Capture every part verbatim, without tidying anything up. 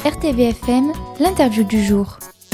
R T V F M, l'interview du jour.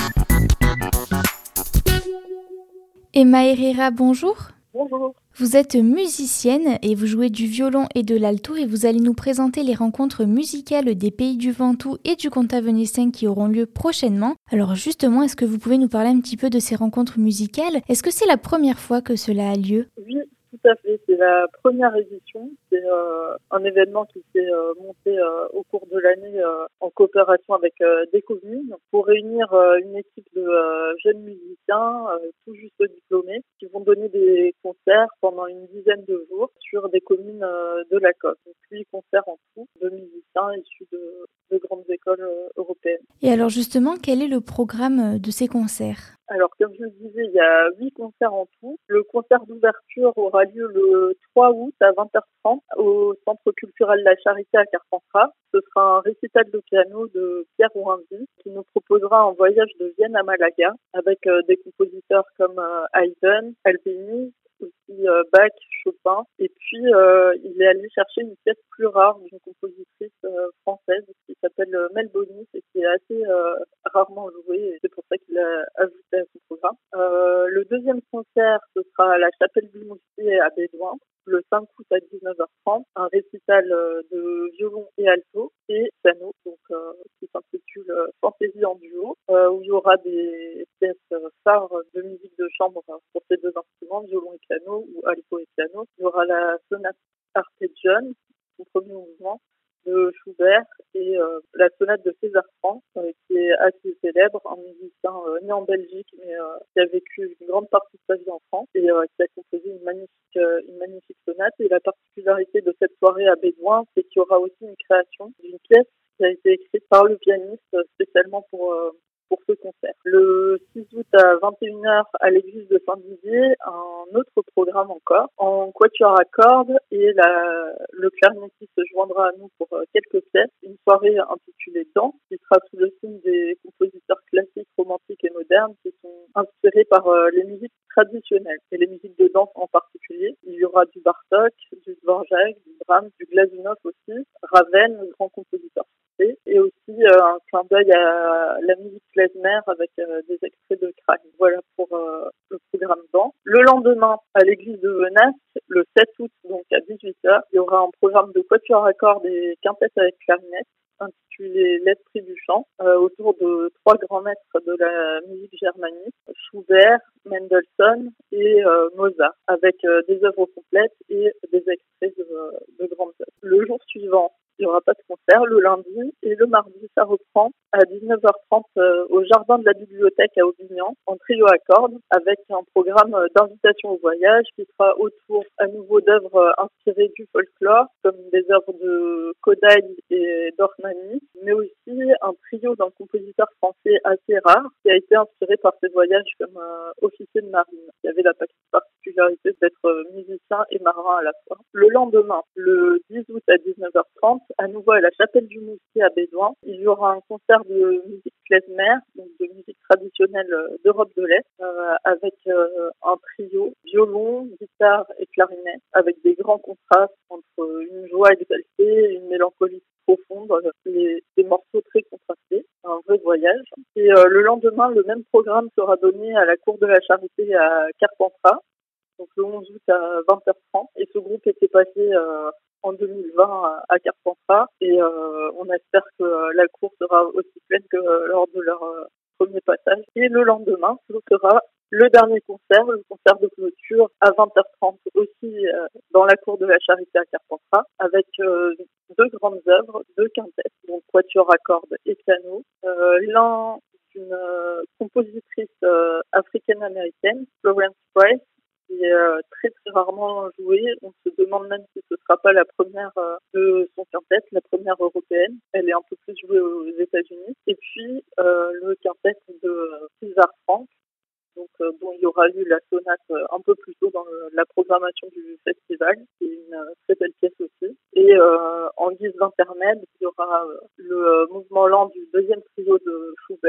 Emma Herrera, bonjour. Bonjour. Vous êtes musicienne et vous jouez du violon et de l'alto et vous allez nous présenter les rencontres musicales des Pays du Ventoux et du Comtat Venessin qui auront lieu prochainement. Alors justement, est-ce que vous pouvez nous parler un petit peu de ces rencontres musicales ? Est-ce que c'est la première fois que cela a lieu ? Oui, tout à fait. C'est la première édition. C'est euh, un événement qui s'est euh, monté euh, au cours de l'année euh, en coopération avec euh, des communes pour réunir euh, une équipe de euh, jeunes musiciens, euh, tout juste diplômés, qui vont donner des concerts pendant une dizaine de jours sur des communes euh, de la côte. Donc huit concerts en tout de musiciens issus de, de grandes écoles euh, européennes. Et alors justement, quel est le programme de ces concerts ? Alors, comme je le disais, il y a huit concerts en tout. Le concert d'ouverture aura lieu le trois août à vingt heures trente au Centre culturel La Charité à Carpentras. Ce sera un récital de piano de Pierre Ouinzi qui nous proposera un voyage de Vienne à Malaga avec euh, des compositeurs comme euh, Haydn, Albéniz, aussi euh, Bach, Chopin. Et puis, euh, il est allé chercher une pièce plus rare d'une compositrice euh, française qui s'appelle euh, Mel Bonis et qui est assez euh, rarement jouée. Et c'est pour ça qu'il a ajouté à son programme. Euh, le deuxième concert, ce sera à la Chapelle du Moustier à Bédoin, le cinq août à dix-neuf heures trente, un récital euh, de violon et alto et piano, donc euh, qui s'intitule euh, Fantaisie en duo, euh, où il y aura des pièces euh, phares de musique de chambre euh, pour ces deux instruments, violon et piano ou alto et piano. Il y aura la sonate Arpeggione, son premier mouvement, de Schubert et euh, la sonate de César Franck, euh, qui est assez célèbre, un musicien euh, né en Belgique mais euh, qui a vécu une grande partie de sa vie en France et euh, qui a composé une magnifique, euh, une magnifique sonate. Et la particularité de cette soirée à Bédoin, c'est qu'il y aura aussi une création d'une pièce qui a été écrite par le pianiste euh, spécialement pour euh, pour ce concert. Le six août à vingt et une heures à l'église de Saint-Dizier, un autre programme encore, en quatuor à cordes, et la, le clarinettiste se joindra à nous pour quelques pièces. Une soirée intitulée Danse, qui sera sous le signe des compositeurs classiques, romantiques et modernes, qui sont inspirés par les musiques traditionnelles, et les musiques de danse en particulier. Il y aura du Bartók, du Dvorak, du Brahms, du Glazunov aussi, Ravel, grand compositeur, et aussi euh, un clin d'œil à la musique klezmer avec euh, des extraits de Krak. Voilà pour euh, le programme Danse. Le lendemain, à l'église de Venasque, le sept août, donc à dix-huit heures, il y aura un programme de quatuor à cordes et quintette avec clarinette, intitulé L'esprit du chant, euh, autour de trois grands maîtres de la musique germanique, Schubert, Mendelssohn et euh, Mozart, avec euh, des œuvres complètes et des extraits de, de grandes œuvres. Le jour suivant, il n'y aura pas de concert le lundi et le mardi, ça reprend à dix-neuf heures trente euh, au jardin de la bibliothèque à Aubignan, en trio à cordes, avec un programme d'invitation au voyage qui sera autour à nouveau d'œuvres inspirées du folklore, comme des œuvres de Kodály et d'Ornani, mais aussi un trio d'un compositeur français assez rare qui a été inspiré par ses voyages comme euh, officier de marine. Il y avait la particularité d'être musicien et marin à la fois. Le lendemain, le dix août à dix-neuf heures trente, à nouveau à la Chapelle du Moustier à Bédoin, il y aura un concert de musique klezmer, donc de musique traditionnelle d'Europe de l'Est, euh, avec euh, un trio, violon, guitare et clarinette, avec des grands contrastes entre une joie exaltée et une mélancolie profonde, les, des morceaux très contrastés, un vrai voyage. Et euh, le lendemain, le même programme sera donné à la Cour de la Charité à Carpentras, donc le onze août à vingt heures trente, et ce groupe était passé euh, en deux mille vingt à Carpentras et euh, on espère que euh, la cour sera aussi pleine que euh, lors de leur euh, premier passage. Et le lendemain, ce sera le dernier concert, le concert de clôture à vingt heures trente aussi euh, dans la cour de la Charité à Carpentras, avec euh, deux grandes œuvres, deux quintettes, donc quatuor à cordes et piano. Euh, l'un d'une euh, compositrice euh, africaine-américaine, Florence Price, qui est euh, très très rarement jouée. On se demande même si ce ne sera pas la première euh, de son quintet, la première européenne. Elle est un peu plus jouée aux États-Unis. Et puis euh, le quintet de euh, César Franck, donc euh, dont il y aura eu la sonate euh, un peu plus tôt dans le, la programmation du festival. C'est une euh, très belle pièce aussi. Et euh, en guise d'intermède, il y aura euh, le euh, mouvement lent du deuxième trio de Schubert, qui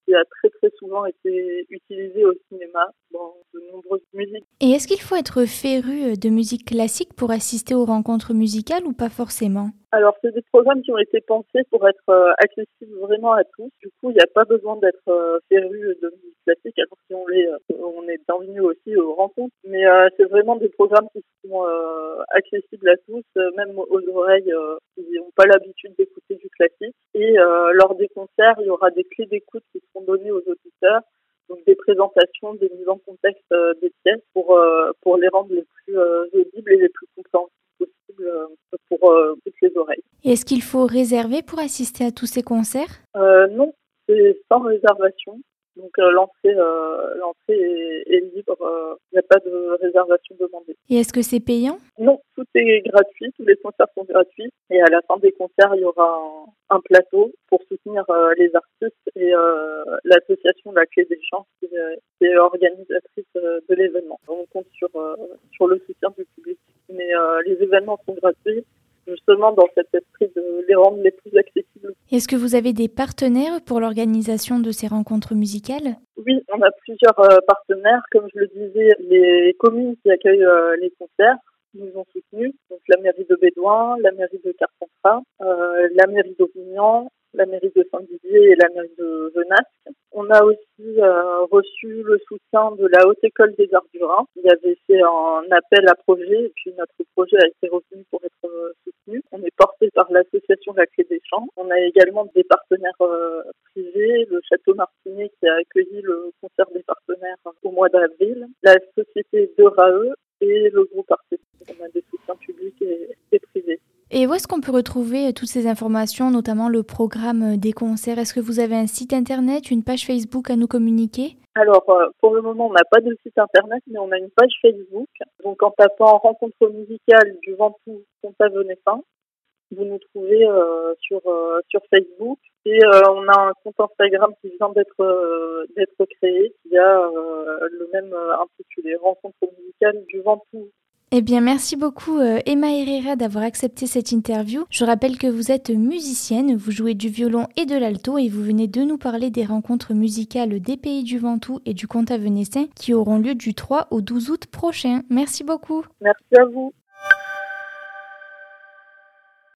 qui a très très souvent été utilisé au cinéma dans de nombreuses musiques. Et est-ce qu'il faut être féru de musique classique pour assister aux rencontres musicales ou pas forcément ? Alors, c'est des programmes qui ont été pensés pour être euh, accessibles vraiment à tous. Du coup, il n'y a pas besoin d'être euh, féru de musique classique, alors si on l'est, euh, on est bienvenu aussi aux rencontres. Mais euh, c'est vraiment des programmes qui sont euh, accessibles à tous, euh, même aux oreilles euh, qui n'ont pas l'habitude d'écouter du classique. Et euh, lors des concerts, il y aura des clés d'écoute qui seront données aux auditeurs, donc des présentations, des mises en contexte euh, des pièces pour euh, pour les rendre les plus euh, audibles et les plus compréhensibles possible euh, pour euh, toutes les oreilles. Et est-ce qu'il faut réserver pour assister à tous ces concerts ? euh, Non, c'est sans réservation. Donc euh, l'entrée, euh, l'entrée est, est libre, il n'y a pas de réservation demandée. Et est-ce que c'est payant ? Non, tout est gratuit, tous les concerts sont gratuits. Et à la fin des concerts, il y aura un, un plateau pour soutenir euh, les artistes et euh, l'association La Clé des Champs qui, euh, qui est organisatrice euh, de l'événement. On compte sur, euh, sur le soutien du public. Mais euh, les événements sont gratuits, justement dans cet esprit de les rendre les plus accessibles. Est-ce que vous avez des partenaires pour l'organisation de ces rencontres musicales ? Oui, on a plusieurs euh, partenaires. Comme je le disais, les communes qui accueillent euh, les concerts nous ont soutenus. Donc la mairie de Bédouin, la mairie de Carpentras, euh, la mairie d'Aubignan, la mairie de Saint-Didier et la mairie de Venasque. On a aussi euh, reçu le soutien de la Haute École des Arts du Rhin. Il y avait fait un appel à projet et puis notre projet a été retenu pour être euh, soutenu. On est porté par l'association La Clé des Champs. On a également des partenaires euh, privés, le Château Martinet qui a accueilli le concert des partenaires au mois d'avril, la société de Rae et le groupe Arte. On a des soutiens publics et, et privés. Et où est-ce qu'on peut retrouver toutes ces informations, notamment le programme des concerts ? Est-ce que vous avez un site internet, une page Facebook à nous communiquer ? Alors, pour le moment, on n'a pas de site internet, mais on a une page Facebook. Donc, en tapant Rencontre musicale du Ventoux Contavenay-Saint, vous nous trouvez euh, sur euh, sur Facebook. Et euh, on a un compte Instagram qui vient d'être euh, d'être créé, qui a euh, le même euh, intitulé Rencontre musicale du Ventoux. Eh bien, merci beaucoup euh, Emma Herrera d'avoir accepté cette interview. Je rappelle que vous êtes musicienne, vous jouez du violon et de l'alto et vous venez de nous parler des rencontres musicales des Pays du Ventoux et du Contavenay-Saint qui auront lieu du trois au douze août prochain. Merci beaucoup. Merci à vous.